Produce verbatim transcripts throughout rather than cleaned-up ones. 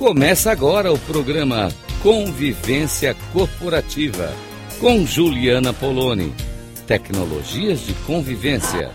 Começa agora o programa Convivência Corporativa com Juliana Poloni. Tecnologias de convivência.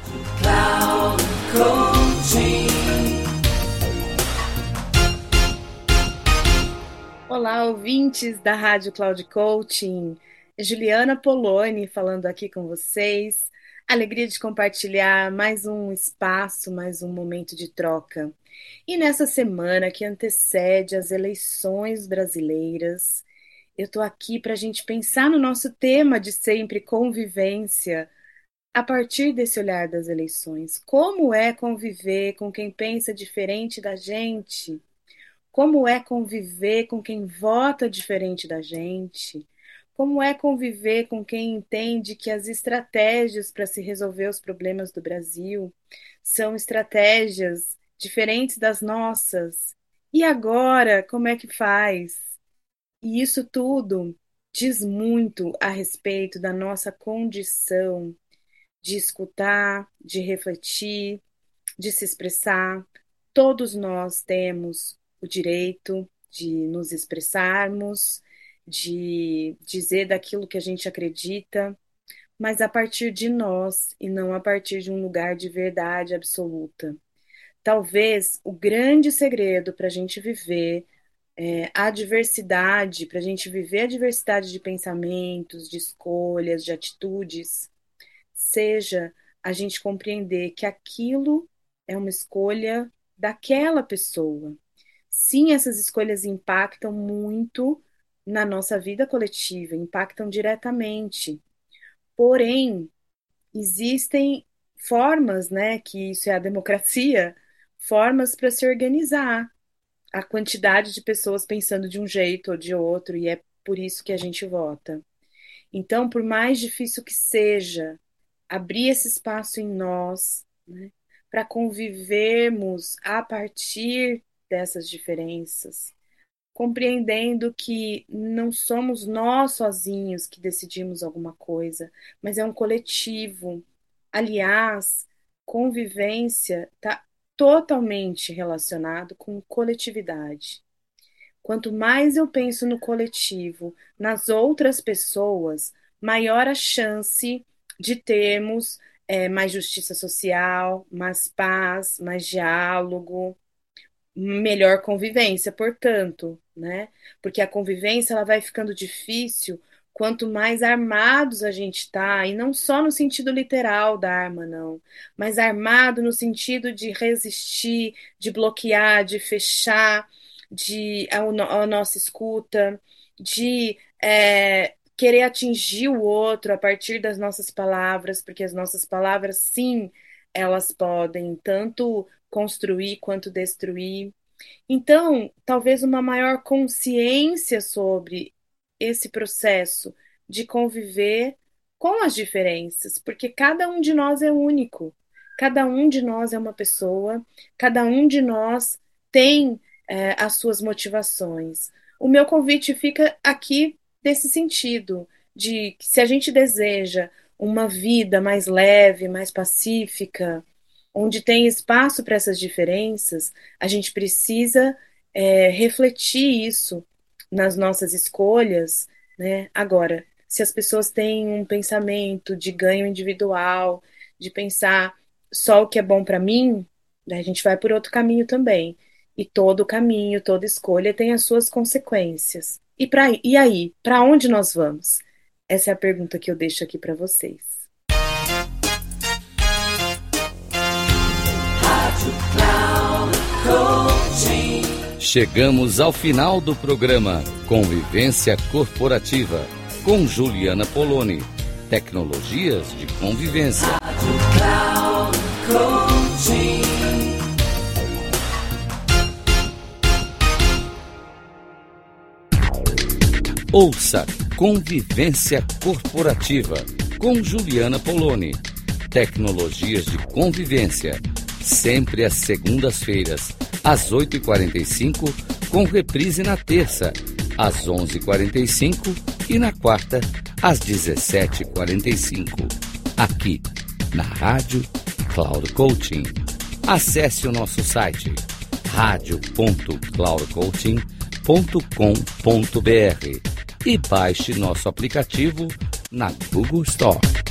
Olá, ouvintes da Rádio Cloud Coaching. Juliana Poloni falando aqui com vocês. Alegria de compartilhar mais um espaço, mais um momento de troca. E nessa semana que antecede as eleições brasileiras, eu estou aqui para a gente pensar no nosso tema de sempre, convivência, a partir desse olhar das eleições. Como é conviver com quem pensa diferente da gente? Como é conviver com quem vota diferente da gente? Como é conviver com quem entende que as estratégias para se resolver os problemas do Brasil são estratégias diferentes das nossas? E agora, como é que faz? E isso tudo diz muito a respeito da nossa condição de escutar, de refletir, de se expressar. Todos nós temos o direito de nos expressarmos, de dizer daquilo que a gente acredita, mas a partir de nós e não a partir de um lugar de verdade absoluta. Talvez o grande segredo para a gente viver é, a diversidade, para a gente viver a diversidade de pensamentos, de escolhas, de atitudes, seja a gente compreender que aquilo é uma escolha daquela pessoa. Sim, essas escolhas impactam muito na nossa vida coletiva, impactam diretamente. Porém, existem formas, né, que isso é a democracia, formas para se organizar. A quantidade de pessoas pensando de um jeito ou de outro, e é por isso que a gente vota. Então, por mais difícil que seja, abrir esse espaço em nós, né, para convivermos a partir dessas diferenças, compreendendo que não somos nós sozinhos que decidimos alguma coisa, mas é um coletivo. Aliás, convivência está totalmente relacionado com coletividade. Quanto mais eu penso no coletivo, nas outras pessoas, maior a chance de termos é, mais justiça social, mais paz, mais diálogo, melhor convivência, portanto, né? Porque a convivência ela vai ficando difícil quanto mais armados a gente está, e não só no sentido literal da arma, não, mas armado no sentido de resistir, de bloquear, de fechar, de a, a nossa escuta, de é, querer atingir o outro a partir das nossas palavras, porque as nossas palavras, sim, elas podem tanto construir quanto destruir. Então, talvez uma maior consciência sobre esse processo de conviver com as diferenças, porque cada um de nós é único, cada um de nós é uma pessoa, cada um de nós tem é, as suas motivações. O meu convite fica aqui nesse sentido, de que se a gente deseja uma vida mais leve, mais pacífica, onde tem espaço para essas diferenças, a gente precisa é, refletir isso nas nossas escolhas, né? Agora, se as pessoas têm um pensamento de ganho individual, de pensar só o que é bom para mim, a gente vai por outro caminho também. E todo caminho, toda escolha tem as suas consequências. E, pra, e aí, para onde nós vamos? Essa é a pergunta que eu deixo aqui para vocês. Chegamos ao final do programa Convivência Corporativa com Juliana Poloni. Tecnologias de convivência. Ouça Convivência Corporativa com Juliana Poloni. Tecnologias de convivência. Sempre às segundas-feiras, às oito e quarenta e cinco, com reprise na terça, às onze e quarenta e cinco e na quarta, às dezessete e quarenta e cinco. Aqui, na Rádio Cloud Coaching. Acesse o nosso site rádio ponto cloud coaching ponto com ponto br e baixe nosso aplicativo na Google Store.